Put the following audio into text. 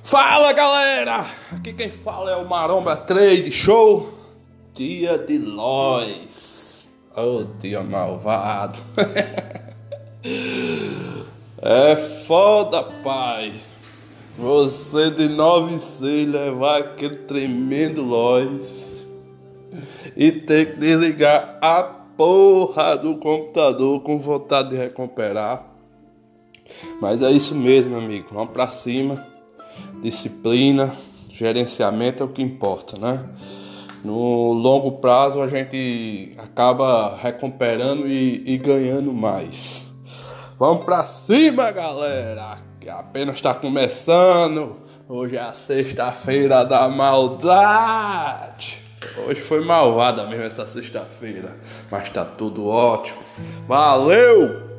Fala galera, aqui quem fala é o Maromba Trade Show. Dia de Lois, oh dia malvado. É foda, pai, você de 9,6 levar aquele tremendo Lois e ter que desligar a porra do computador com vontade de recuperar. Mas é isso mesmo, amigo, vamos pra cima. Disciplina, gerenciamento é o que importa, né? No longo prazo a gente acaba recuperando e ganhando mais. Vamos pra cima, galera, que apenas está começando. Hoje é a sexta-feira da maldade. Hoje foi malvada mesmo essa sexta-feira, mas tá tudo ótimo. Valeu!